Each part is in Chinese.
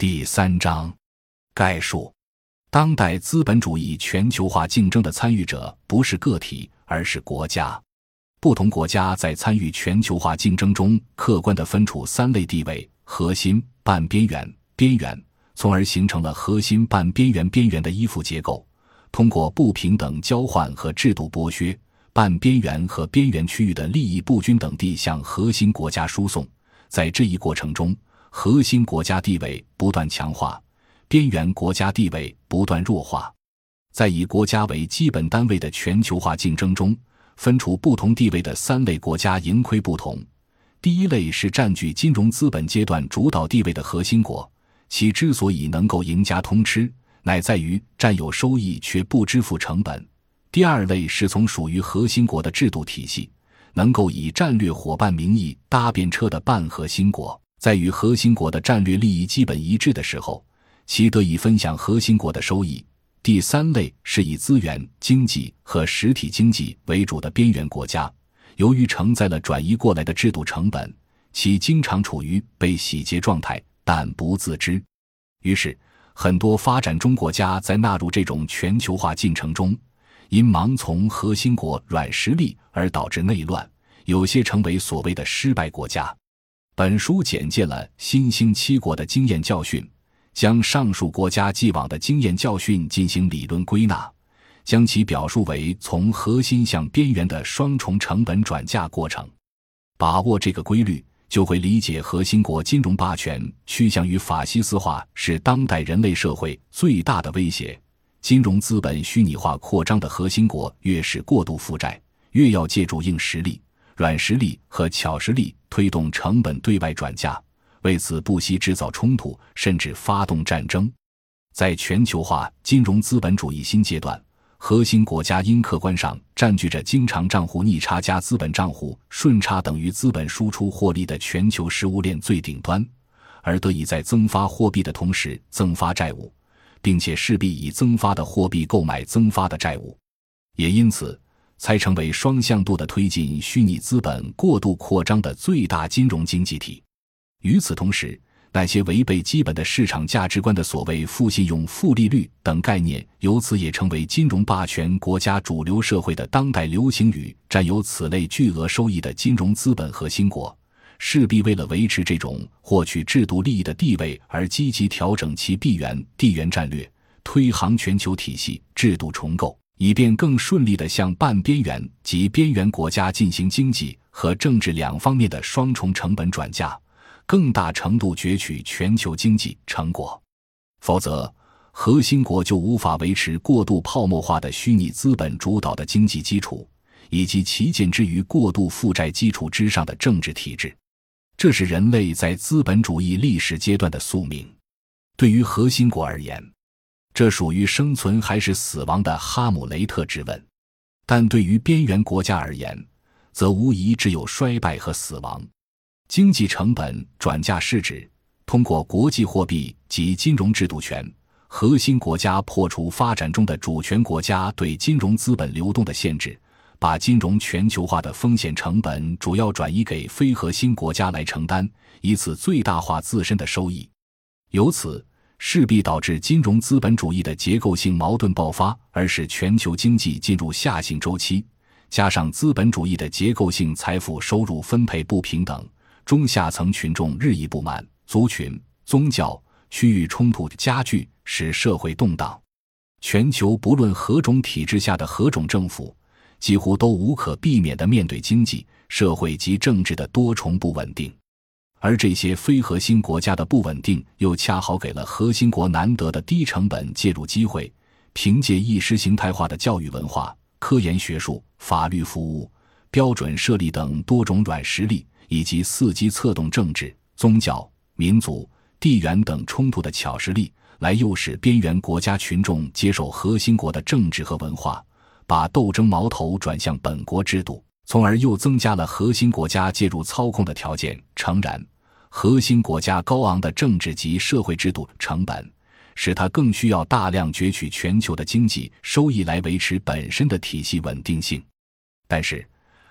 第3章概述。当代资本主义全球化竞争的参与者不是个体，而是国家。不同国家在参与全球化竞争中客观地分处3类地位：核心、半边缘、边缘，从而形成了核心、半边缘、边缘的依附结构。通过不平等交换和制度剥削，半边缘和边缘区域的利益不均等地向核心国家输送。在这一过程中，核心国家地位不断强化，边缘国家地位不断弱化。在以国家为基本单位的全球化竞争中，分处不同地位的3类国家盈亏不同。第一类是占据金融资本阶段主导地位的核心国，其之所以能够赢家通吃，乃在于占有收益却不支付成本。第二类是从属于核心国的制度体系，能够以战略伙伴名义搭便车的半核心国，在与核心国的战略利益基本一致的时候，其得以分享核心国的收益。第3类是以资源经济和实体经济为主的边缘国家，由于承载了转移过来的制度成本，其经常处于被洗劫状态，但不自知。于是很多发展中国家在纳入这种全球化进程中，因盲从核心国软实力而导致内乱，有些成为所谓的失败国家。本书简介了新兴7国的经验教训，将上述国家既往的经验教训进行理论归纳，将其表述为从核心向边缘的双重成本转嫁过程。把握这个规律，就会理解核心国金融霸权趋向于法西斯化是当代人类社会最大的威胁。金融资本虚拟化扩张的核心国越是过度负债，越要借助硬实力、软实力和巧实力推动成本对外转嫁，为此不惜制造冲突，甚至发动战争。在全球化金融资本主义新阶段，核心国家因客观上占据着经常账户逆差加资本账户顺差等于资本输出获利的全球食物链最顶端，而得以在增发货币的同时增发债务，并且势必以增发的货币购买增发的债务，也因此才成为双向度的推进虚拟资本过度扩张的最大金融经济体。与此同时，那些违背基本的市场价值观的所谓负信用、负利率等概念，由此也成为金融霸权国家主流社会的当代流行语。占有此类巨额收益的金融资本核心国，势必为了维持这种获取制度利益的地位而积极调整其地缘战略，推行全球体系制度重构，以便更顺利地向半边缘及边缘国家进行经济和政治2方面的双重成本转嫁，更大程度攫取全球经济成果。否则，核心国就无法维持过度泡沫化的虚拟资本主导的经济基础，以及其建之于过度负债基础之上的政治体制。这是人类在资本主义历史阶段的宿命。对于核心国而言，这属于生存还是死亡的哈姆雷特之问；但对于边缘国家而言，则无疑只有衰败和死亡。经济成本转嫁是指通过国际货币及金融制度权，核心国家破除发展中的主权国家对金融资本流动的限制，把金融全球化的风险成本主要转移给非核心国家来承担，以此最大化自身的收益。由此势必导致金融资本主义的结构性矛盾爆发，而使全球经济进入下行周期。加上资本主义的结构性财富收入分配不平等，中下层群众日益不满，族群、宗教、区域冲突加剧，使社会动荡。全球不论何种体制下的何种政府，几乎都无可避免地面对经济、社会及政治的多重不稳定。而这些非核心国家的不稳定，又恰好给了核心国难得的低成本介入机会，凭借意识形态化的教育文化、科研学术、法律服务、标准设立等多种软实力，以及伺机策动政治、宗教、民族、地缘等冲突的巧实力，来诱使边缘国家群众接受核心国的政治和文化，把斗争矛头转向本国制度，从而又增加了核心国家介入操控的条件。诚然，核心国家高昂的政治及社会制度成本，使它更需要大量攫取全球的经济收益来维持本身的体系稳定性。但是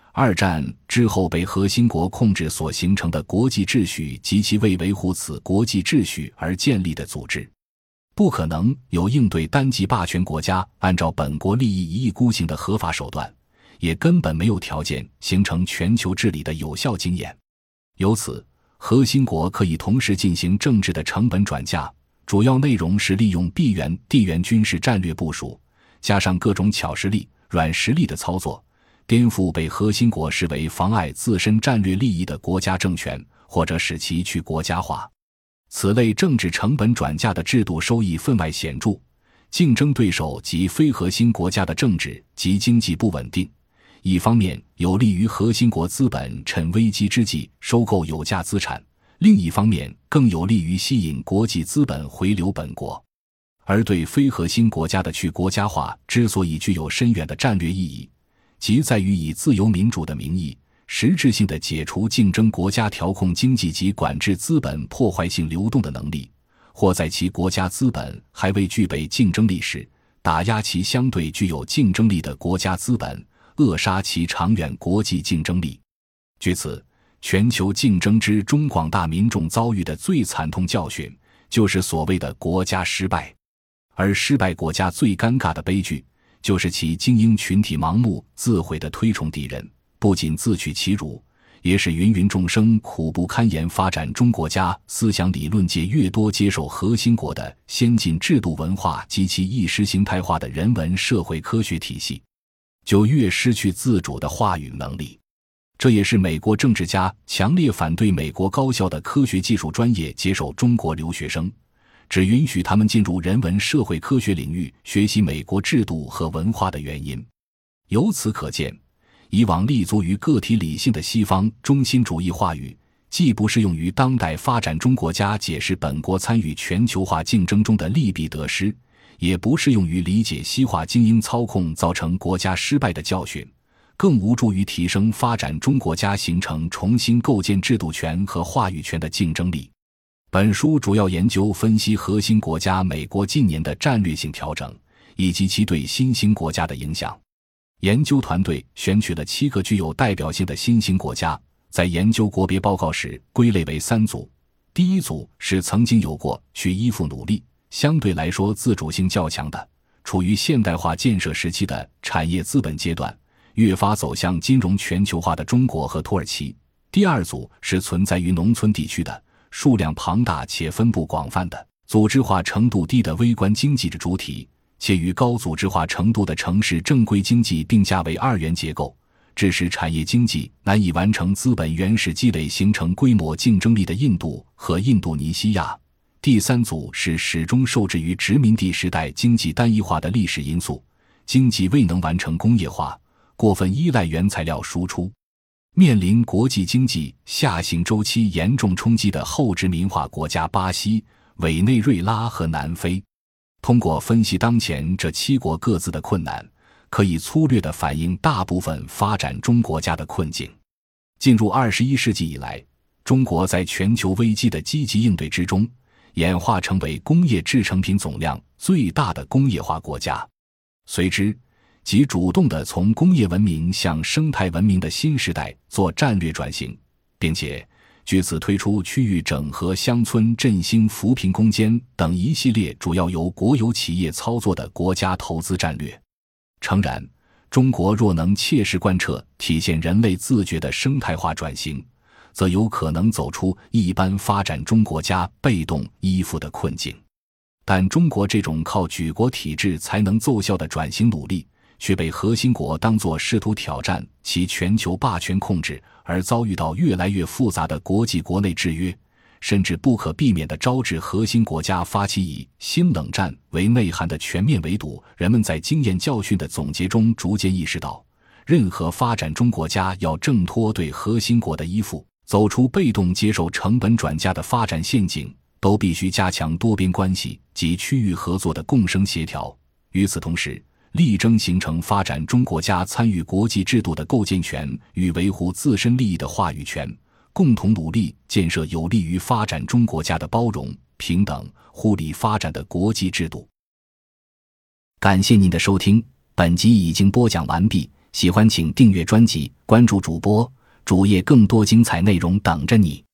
二战之后被核心国控制所形成的国际秩序及其为维护此国际秩序而建立的组织。不可能有应对单极霸权国家按照本国利益一意孤行的合法手段，也根本没有条件形成全球治理的有效经验。由此，核心国可以同时进行政治的成本转嫁，主要内容是利用地缘军事战略部署，加上各种巧实力、软实力的操作，颠覆被核心国视为妨碍自身战略利益的国家政权，或者使其去国家化。此类政治成本转嫁的制度收益分外显著，竞争对手及非核心国家的政治及经济不稳定，一方面有利于核心国资本趁危机之际收购有价资产，另一方面更有利于吸引国际资本回流本国。而对非核心国家的去国家化之所以具有深远的战略意义，即在于以自由民主的名义实质性地解除竞争国家调控经济及管制资本破坏性流动的能力，或在其国家资本还未具备竞争力时，打压其相对具有竞争力的国家资本，扼杀其长远国际竞争力。据此，全球竞争之中广大民众遭遇的最惨痛教训，就是所谓的国家失败。而失败国家最尴尬的悲剧，就是其精英群体盲目自毁地推崇敌人，不仅自取其辱，也使芸芸众生苦不堪言。发展中国家思想理论界越多接受核心国的先进制度文化及其意识形态化的人文社会科学体系，就越失去自主的话语能力。这也是美国政治家强烈反对美国高校的科学技术专业接受中国留学生，只允许他们进入人文社会科学领域学习美国制度和文化的原因。由此可见，以往立足于个体理性的西方中心主义话语，既不适用于当代发展中国家解释本国参与全球化竞争中的利弊得失，也不适用于理解西化精英操控造成国家失败的教训，更无助于提升发展中国家形成重新构建制度权和话语权的竞争力。本书主要研究分析核心国家美国近年的战略性调整，以及其对新兴国家的影响。研究团队选取了7个具有代表性的新兴国家，在研究国别报告时归类为3组。第一组是曾经有过去依附努力，相对来说自主性较强的，处于现代化建设时期的产业资本阶段，越发走向金融全球化的中国和土耳其。第二组是存在于农村地区的，数量庞大且分布广泛的，组织化程度低的微观经济的主体，且与高组织化程度的城市正规经济并驾为2元结构，致使产业经济难以完成资本原始积累形成规模竞争力的印度和印度尼西亚。第三组是始终受制于殖民地时代经济单一化的历史因素，经济未能完成工业化，过分依赖原材料输出，面临国际经济下行周期严重冲击的后殖民化国家巴西、委内瑞拉和南非。通过分析当前这7国各自的困难，可以粗略地反映大部分发展中国家的困境。进入21世纪以来，中国在全球危机的积极应对之中，演化成为工业制成品总量最大的工业化国家。随之，即主动地从工业文明向生态文明的新时代做战略转型，并且据此推出区域整合、乡村振兴、扶贫攻坚等一系列主要由国有企业操作的国家投资战略。诚然，中国若能切实贯彻体现人类自觉的生态化转型，则有可能走出一般发展中国家被动依附的困境。但中国这种靠举国体制才能奏效的转型努力，却被核心国当作试图挑战其全球霸权控制而遭遇到越来越复杂的国际国内制约，甚至不可避免地招致核心国家发起以新冷战为内涵的全面围堵。人们在经验教训的总结中逐渐意识到，任何发展中国家要挣脱对核心国的依附，走出被动接受成本转嫁的发展陷阱，都必须加强多边关系及区域合作的共生协调。与此同时，力争形成发展中国家参与国际制度的构建权与维护自身利益的话语权，共同努力建设有利于发展中国家的包容、平等、互利发展的国际制度。感谢您的收听，本集已经播讲完毕。 喜欢请订阅专辑，关注主播，主页更多精彩内容等着你。